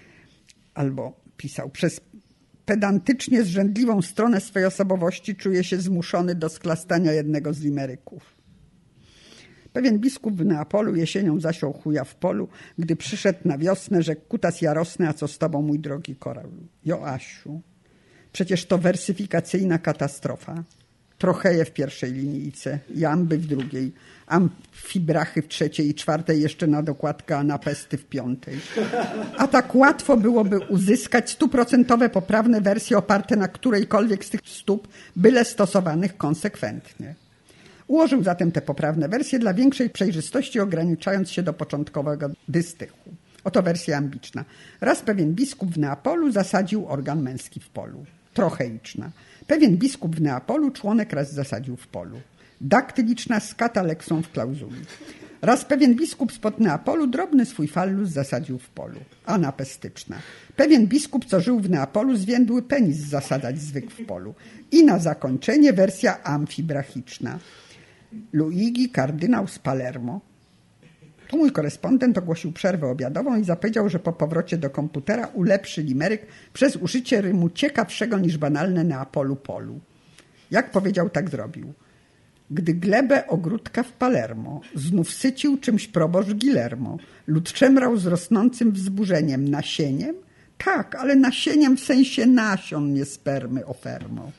Albo pisał, przez pedantycznie zrzędliwą stronę swej osobowości czuję się zmuszony do sklastania jednego z limeryków. Pewien biskup w Neapolu jesienią zasiął chuja w polu, gdy przyszedł na wiosnę, rzekł kutas jarosny, a co z tobą, mój drogi koral? Joasiu, przecież to wersyfikacyjna katastrofa. Trocheje w pierwszej linijce, jamby w drugiej, amfibrachy w trzeciej i czwartej, jeszcze na dokładkę anapesty w piątej. A tak łatwo byłoby uzyskać stuprocentowe poprawne wersje oparte na którejkolwiek z tych stóp, byle stosowanych konsekwentnie. Ułożył zatem te poprawne wersje dla większej przejrzystości, ograniczając się do początkowego dystychu. Oto wersja ambiczna. Raz pewien biskup w Neapolu zasadził organ męski w polu. Trocheiczna. Pewien biskup w Neapolu członek raz zasadził w polu. Daktyliczna z kataleksą w klauzuli. Raz pewien biskup spod Neapolu drobny swój fallus zasadził w polu. Anapestyczna. Pewien biskup, co żył w Neapolu, zwiędły penis zasadzać zwykł w polu. I na zakończenie wersja amfibrachiczna. Luigi, kardynał z Palermo. Tu mój korespondent ogłosił przerwę obiadową i zapowiedział, że po powrocie do komputera ulepszy limeryk przez użycie rymu ciekawszego niż banalne Neapolu polu. Jak powiedział, tak zrobił. Gdy glebę ogródka w Palermo znów sycił czymś proboszcz Guillermo, lud szemrał z rosnącym wzburzeniem. Nasieniem? Tak, ale nasieniem w sensie nasion, nie spermy ofermo.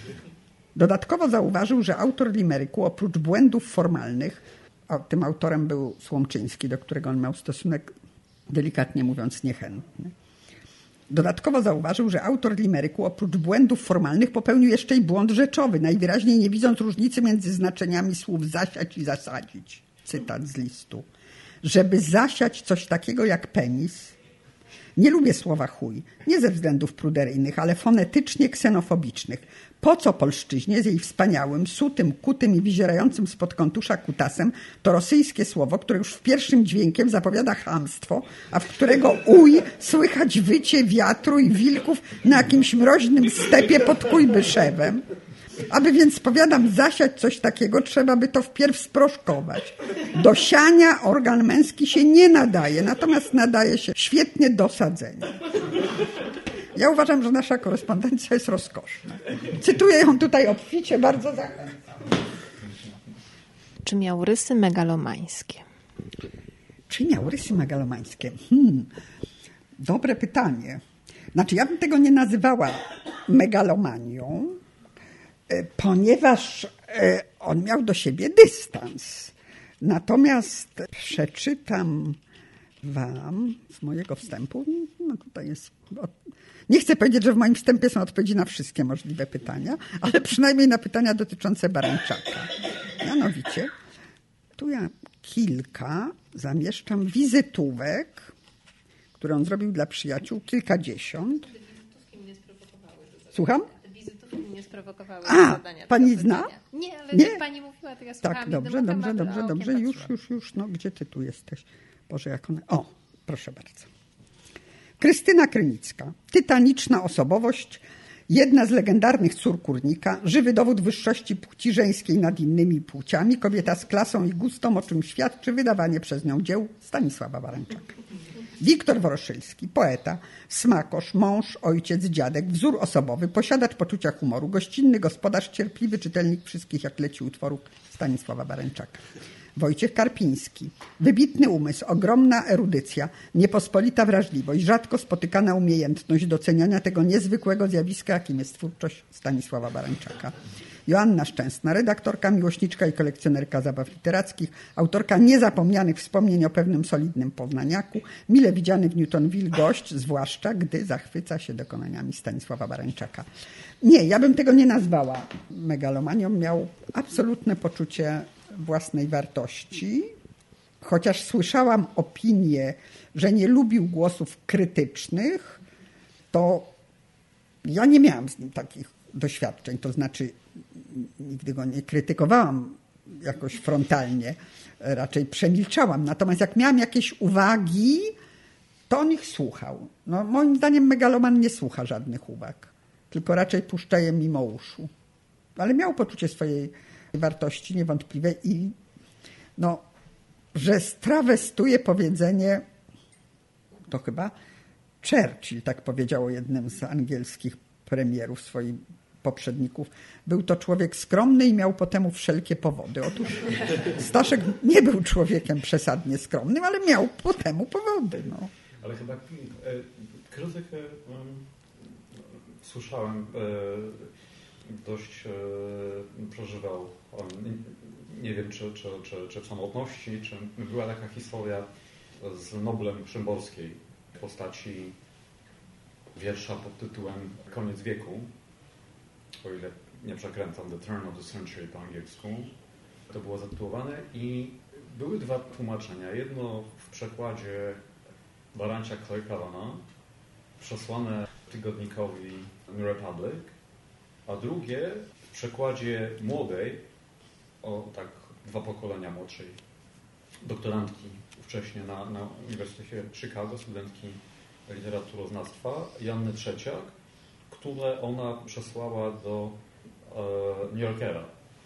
Dodatkowo zauważył, że autor limeryku oprócz błędów formalnych, a tym autorem był Słomczyński, do którego on miał stosunek, delikatnie mówiąc, niechętny. Dodatkowo zauważył, że autor limeryku oprócz błędów formalnych popełnił jeszcze i błąd rzeczowy, najwyraźniej nie widząc różnicy między znaczeniami słów zasiać i zasadzić. Cytat z listu. Żeby zasiać coś takiego jak penis, nie lubię słowa chuj, nie ze względów pruderyjnych, ale fonetycznie ksenofobicznych. Po co polszczyźnie z jej wspaniałym, sutym, kutym i wyzierającym spod kontusza kutasem to rosyjskie słowo, które już w pierwszym dźwiękiem zapowiada chamstwo, a w którego uj słychać wycie wiatru i wilków na jakimś mroźnym stepie pod Kujbyszewem. Aby więc, powiadam, zasiać coś takiego, trzeba by to wpierw sproszkować. Do siania organ męski się nie nadaje, natomiast nadaje się świetnie do sadzenia. Ja uważam, że nasza korespondencja jest rozkoszna. Cytuję ją tutaj obficie, bardzo zachęcam. Czy miał rysy megalomańskie? Czy miał rysy megalomańskie? Hmm. Dobre pytanie. Znaczy, ja bym tego nie nazywała megalomanią, ponieważ on miał do siebie dystans. Natomiast przeczytam wam z mojego wstępu, no tutaj jest... Nie chcę powiedzieć, że w moim wstępie są odpowiedzi na wszystkie możliwe pytania, ale przynajmniej na pytania dotyczące Barańczaka. Mianowicie, tu ja kilka, zamieszczam wizytówek, które on zrobił dla przyjaciół, kilkadziesiąt. Te wizytówki mnie sprowokowały do zadania. Słucham? Te wizytówki mnie sprowokowały do A, zadania. pani tego zna? pytania. Nie, ale Nie? jak pani mówiła, to ja Tak, słuchałam dobrze, jednym dobrze, uchem, a dobrze, okiem dobrze. Już, patrzyłam. już, już. No, gdzie ty tu jesteś? Boże, jak ona... O, proszę bardzo. Krystyna Krynicka. Tytaniczna osobowość, jedna z legendarnych cór Kurnika, żywy dowód wyższości płci żeńskiej nad innymi płciami, kobieta z klasą i gustą, o czym świadczy wydawanie przez nią dzieł Stanisława Barańczaka. Wiktor Woroszylski, poeta, smakosz, mąż, ojciec, dziadek, wzór osobowy, posiadacz poczucia humoru, gościnny gospodarz, cierpliwy czytelnik wszystkich jak leci utworów Stanisława Barańczaka. Wojciech Karpiński, wybitny umysł, ogromna erudycja, niepospolita wrażliwość, rzadko spotykana umiejętność doceniania tego niezwykłego zjawiska, jakim jest twórczość Stanisława Barańczaka. Joanna Szczęsna, redaktorka, miłośniczka i kolekcjonerka zabaw literackich, autorka niezapomnianych wspomnień o pewnym solidnym poznaniaku, mile widziany w Newtonville gość, zwłaszcza gdy zachwyca się dokonaniami Stanisława Barańczaka. Nie, ja bym tego nie nazwała megalomanią. Miał absolutne poczucie własnej wartości, chociaż słyszałam opinię, że nie lubił głosów krytycznych, to ja nie miałam z nim takich doświadczeń, to znaczy nigdy go nie krytykowałam jakoś frontalnie, raczej przemilczałam. Natomiast jak miałam jakieś uwagi, to on ich słuchał. No, moim zdaniem megaloman nie słucha żadnych uwag, tylko raczej puszcza je mimo uszu. Ale miał poczucie swojej wartości niewątpliwe i no, że strawestuje powiedzenie, to chyba Churchill tak powiedział o jednym z angielskich premierów swoich poprzedników. Był to człowiek skromny i miał po temu wszelkie powody. Otóż Staszek nie był człowiekiem przesadnie skromnym, ale miał po temu powody. No. Ale chyba e, krytykę e, słyszałem, e, dość e, przeżywał on, nie wiem czy, czy, czy, czy w samotności, czy była taka historia z Noblem Szymborskiej w postaci wiersza pod tytułem Koniec wieku, o ile nie przekręcam, The Turn of the Century po angielsku. To było zatytułowane i były dwa tłumaczenia. Jedno w przekładzie Barańczak Claycavana, przesłane tygodnikowi New Republic, a drugie w przekładzie młodej, o tak dwa pokolenia młodszej doktorantki wcześniej na, na Uniwersytecie Chicago, studentki literaturoznawstwa, Janny Trzeciak, które ona przesłała do e, New Yorkera.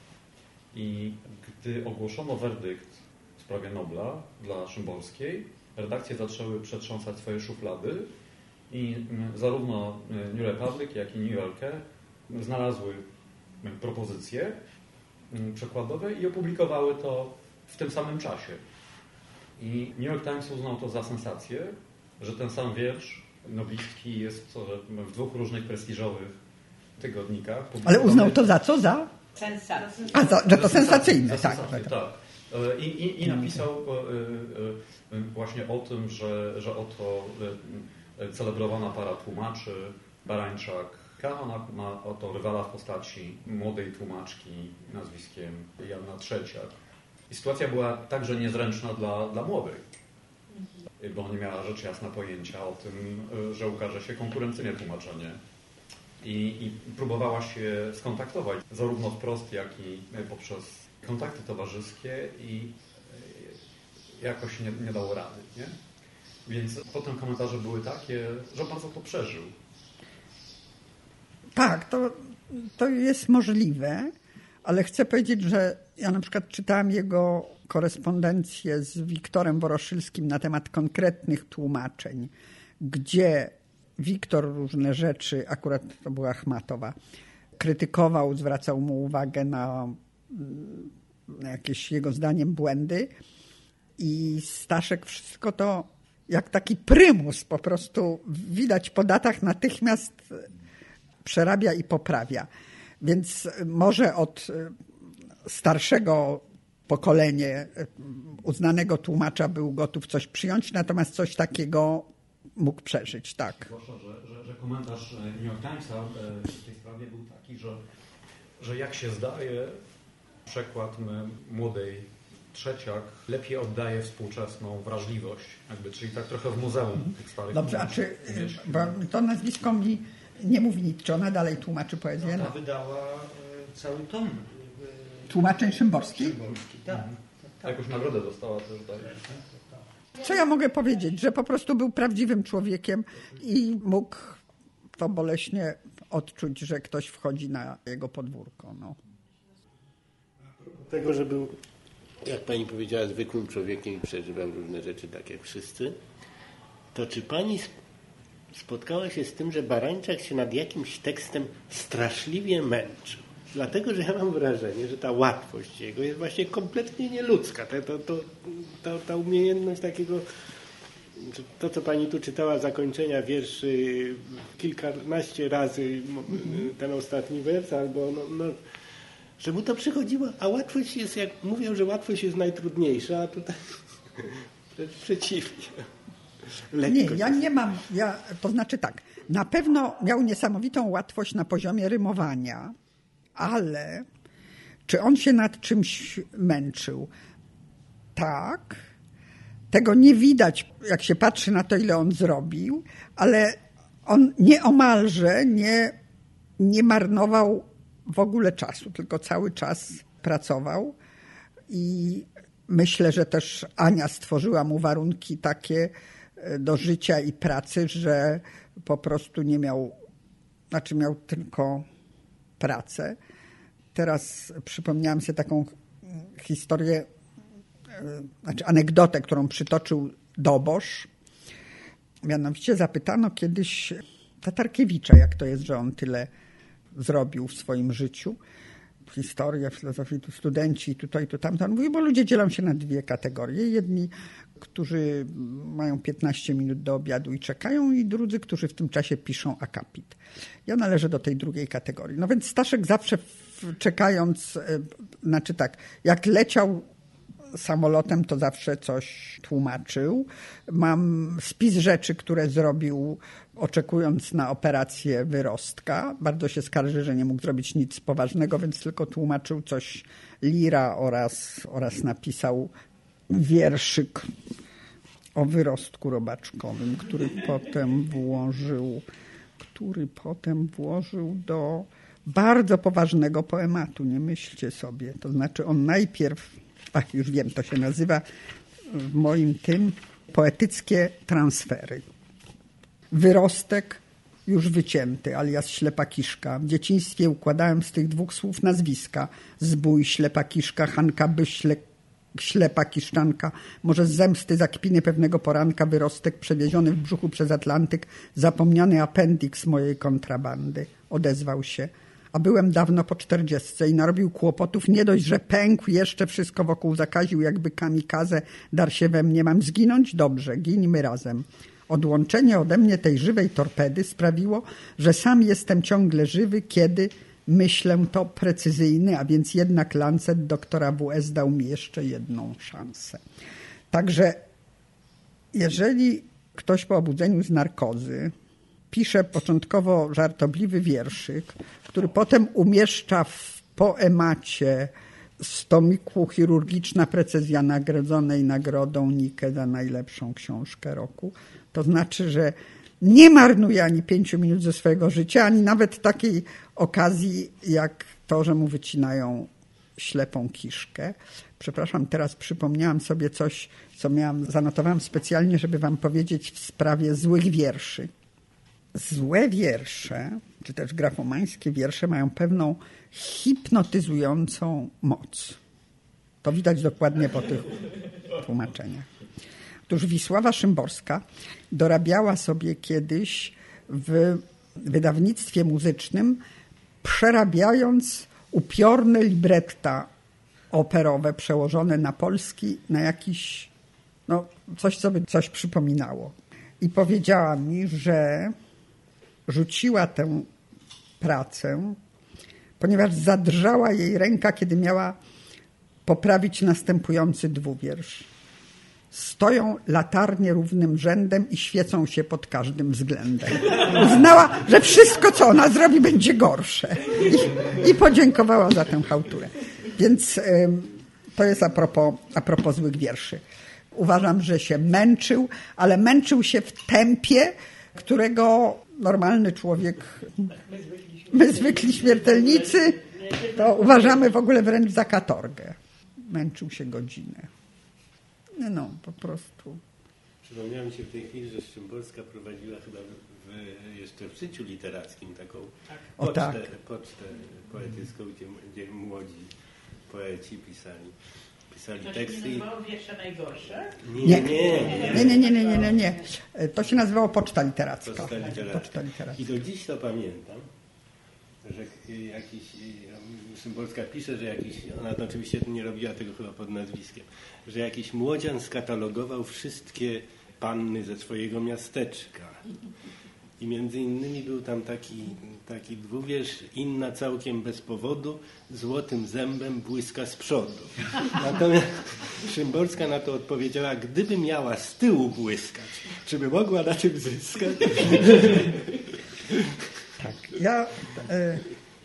I gdy ogłoszono werdykt w sprawie Nobla dla Szymborskiej, redakcje zaczęły przetrząsać swoje szuflady i m, zarówno New Republic, jak i New Yorker znalazły m, propozycje m, przekładowe i opublikowały to w tym samym czasie. I New York Times uznał to za sensację, że ten sam wiersz noblistki jest w dwóch różnych prestiżowych tygodnikach. Ale uznał to za co? Za? Sensacja. A, za, że to sensacyjne, za tak. sensację, tak. I, i, I napisał właśnie o tym, że, że oto celebrowana para tłumaczy, Barańczak, ona ma oto rywala w postaci młodej tłumaczki nazwiskiem Janna Trzeciak. I sytuacja była także niezręczna dla, dla młodej, bo nie miała rzecz jasna pojęcia o tym, że ukaże się konkurencyjne tłumaczenie. I, i próbowała się skontaktować zarówno wprost, jak i poprzez kontakty towarzyskie i jakoś nie, nie dało rady. Nie? Więc potem komentarze były takie, że bardzo to przeżył. Tak, to, to jest możliwe, ale chcę powiedzieć, że ja na przykład czytałam jego korespondencję z Wiktorem Woroszylskim na temat konkretnych tłumaczeń, gdzie Wiktor różne rzeczy, akurat to była Achmatowa, krytykował, zwracał mu uwagę na, na jakieś jego zdaniem błędy i Staszek wszystko to jak taki prymus po prostu widać po datach natychmiast przerabia i poprawia. Więc może od starszego pokolenia uznanego tłumacza był gotów coś przyjąć, natomiast coś takiego mógł przeżyć, tak. Zwłaszcza, że, że, że komentarz New York Timesa w tej sprawie był taki, że, że jak się zdaje, przekład młodej Trzeciak lepiej oddaje współczesną wrażliwość, jakby, czyli tak trochę w muzeum tych starych. Dobrze, a czy bo to nazwisko mi nie mówi nic, czy ona dalej tłumaczy poezję? Ona wydała e, cały tom. E, Tłumaczeń Szymborskich? Szymborski, tak. Mhm. Tak. Jakąś nagrodę dostała też, zdaje się. Co ja mogę powiedzieć? Że po prostu był prawdziwym człowiekiem i mógł to boleśnie odczuć, że ktoś wchodzi na jego podwórko. No. Tego, że był, jak pani powiedziała, zwykłym człowiekiem i przeżywał różne rzeczy tak jak wszyscy, to czy pani spotkała się z tym, że Barańczak się nad jakimś tekstem straszliwie męczył? Dlatego, że ja mam wrażenie, że ta łatwość jego jest właśnie kompletnie nieludzka. To, to, to, to, ta umiejętność takiego, to co pani tu czytała, zakończenia wierszy kilkanaście razy, ten ostatni wers, albo no, no, że mu to przychodziło, a łatwość jest, jak mówią, że łatwość jest najtrudniejsza, a tutaj przeciwnie. Lekko Nie, ja nie mam, ja, to znaczy tak, na pewno miał niesamowitą łatwość na poziomie rymowania, ale czy on się nad czymś męczył? Tak. Tego nie widać, jak się patrzy na to, ile on zrobił, ale on nieomalże nie, nie marnował w ogóle czasu, tylko cały czas pracował i myślę, że też Ania stworzyła mu warunki takie do życia i pracy, że po prostu nie miał, znaczy miał tylko pracę. Teraz przypomniałam sobie taką historię, znaczy anegdotę, którą przytoczył Dobosz. Mianowicie zapytano kiedyś Tatarkiewicza, jak to jest, że on tyle zrobił w swoim życiu. Historia, filozofii, tu studenci, tutaj, tu tamto. On mówi, bo ludzie dzielą się na dwie kategorie. Jedni, którzy mają piętnaście minut do obiadu i czekają, i drudzy, którzy w tym czasie piszą akapit. Ja należę do tej drugiej kategorii. No więc Staszek zawsze czekając, znaczy tak, jak leciał samolotem, to zawsze coś tłumaczył. Mam spis rzeczy, które zrobił oczekując na operację wyrostka. Bardzo się skarży, że nie mógł zrobić nic poważnego, więc tylko tłumaczył coś Lira oraz, oraz napisał wierszyk o wyrostku robaczkowym, który potem włożył, który potem włożył do bardzo poważnego poematu. Nie myślcie sobie. To znaczy on najpierw, ach już wiem, to się nazywa w moim tym poetyckie transfery. Wyrostek już wycięty, alias ślepa kiszka. W dzieciństwie układałem z tych dwóch słów nazwiska. Zbój, ślepa kiszka, Hanka Byśle, ślepa kiszczanka. Może z zemsty za kpiny pewnego poranka wyrostek przewieziony w brzuchu przez Atlantyk, zapomniany apendiks mojej kontrabandy. Odezwał się. A byłem dawno po czterdziestce i narobił kłopotów. Nie dość, że pękł, jeszcze wszystko wokół zakaził, jakby kamikazę. Dar się we mnie, mam zginąć? Dobrze, gińmy razem. Odłączenie ode mnie tej żywej torpedy sprawiło, że sam jestem ciągle żywy, kiedy myślę to precyzyjny, a więc jednak Lancet doktora W S dał mi jeszcze jedną szansę. Także jeżeli ktoś po obudzeniu z narkozy pisze początkowo żartobliwy wierszyk, który potem umieszcza w poemacie z tomiku Chirurgiczna precyzja nagrodzonej nagrodą Nike za najlepszą książkę roku, to znaczy, że nie marnuje ani pięciu minut ze swojego życia, ani nawet takiej okazji, jak to, że mu wycinają ślepą kiszkę. Przepraszam, teraz przypomniałam sobie coś, co miałam, zanotowałam specjalnie, żeby wam powiedzieć w sprawie złych wierszy. Złe wiersze, czy też grafomańskie wiersze mają pewną hipnotyzującą moc. To widać dokładnie po tych tłumaczeniach. Otóż Wisława Szymborska dorabiała sobie kiedyś w wydawnictwie muzycznym, przerabiając upiorne libretta operowe przełożone na polski, na jakiś, no coś, co by coś przypominało. I powiedziała mi, że rzuciła tę pracę, ponieważ zadrżała jej ręka, kiedy miała poprawić następujący dwuwiersz. Stoją latarnie równym rzędem i świecą się pod każdym względem. Uznała, że wszystko, co ona zrobi, będzie gorsze. I, i podziękowała za tę chałturę. Więc y, to jest a propos, a propos złych wierszy. Uważam, że się męczył, ale męczył się w tempie, którego normalny człowiek, my zwykli śmiertelnicy, to uważamy w ogóle wręcz za katorgę. Męczył się godzinę. No, po prostu. Przypomniałem się w tej chwili, że Szymborska prowadziła chyba w, jeszcze w życiu literackim taką O, pocztę, tak. pocztę poetycką, gdzie, gdzie młodzi poeci pisali, pisali To się teksty. nie nazywało wiersze najgorsze? Nie, Nie. nie, Nie, nie, nie, nie, nie, nie, nie. To się nazywało Poczta Literacka. Poczta literacka. Poczta literacka. I do dziś to pamiętam, że jakiś, Szymborska pisze, że jakiś, ona to oczywiście nie robiła tego chyba pod nazwiskiem, że jakiś młodzian skatalogował wszystkie panny ze swojego miasteczka. I między innymi był tam taki, taki dwuwiersz, inna całkiem bez powodu, złotym zębem błyska z przodu. Natomiast Szymborska na to odpowiedziała, gdyby miała z tyłu błyskać, czy by mogła na tym zyskać? Tak. Ja... Y,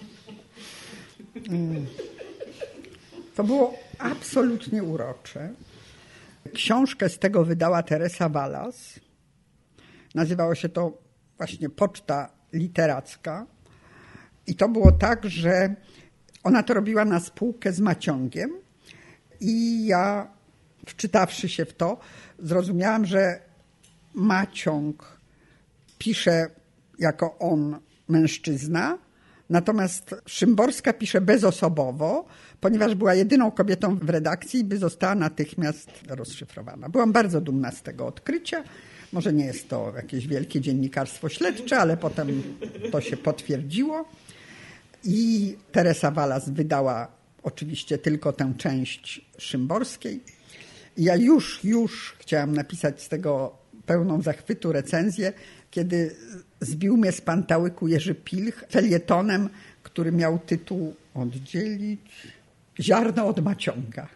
y, to było absolutnie urocze. Książkę z tego wydała Teresa Walas. Nazywało się to właśnie Poczta Literacka. I to było tak, że ona to robiła na spółkę z Maciągiem. I ja, wczytawszy się w to, zrozumiałam, że Maciąg pisze jako on, mężczyzna, natomiast Szymborska pisze bezosobowo, ponieważ była jedyną kobietą w redakcji i by została natychmiast rozszyfrowana. Byłam bardzo dumna z tego odkrycia. Może nie jest to jakieś wielkie dziennikarstwo śledcze, ale potem to się potwierdziło. I Teresa Walas wydała oczywiście tylko tę część Szymborskiej. I ja już, już chciałam napisać z tego pełną zachwytu recenzję, kiedy zbił mnie z pantałyku Jerzy Pilch felietonem, który miał tytuł Oddzielić ziarno od Maciąga.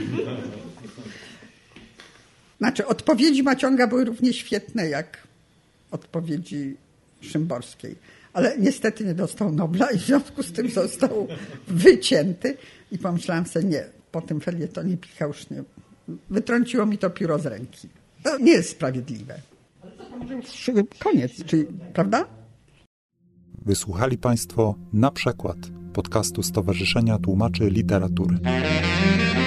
Znaczy, odpowiedzi Maciąga były równie świetne jak odpowiedzi Szymborskiej. Ale niestety nie dostał Nobla i w związku z tym został wycięty. I pomyślałam sobie, nie, po tym felietonie Pilcha już nie... Wytrąciło mi to pióro z ręki. To nie jest sprawiedliwe. Koniec, czyli, prawda? Wysłuchali Państwo Na Przekład podcastu Stowarzyszenia Tłumaczy Literatury.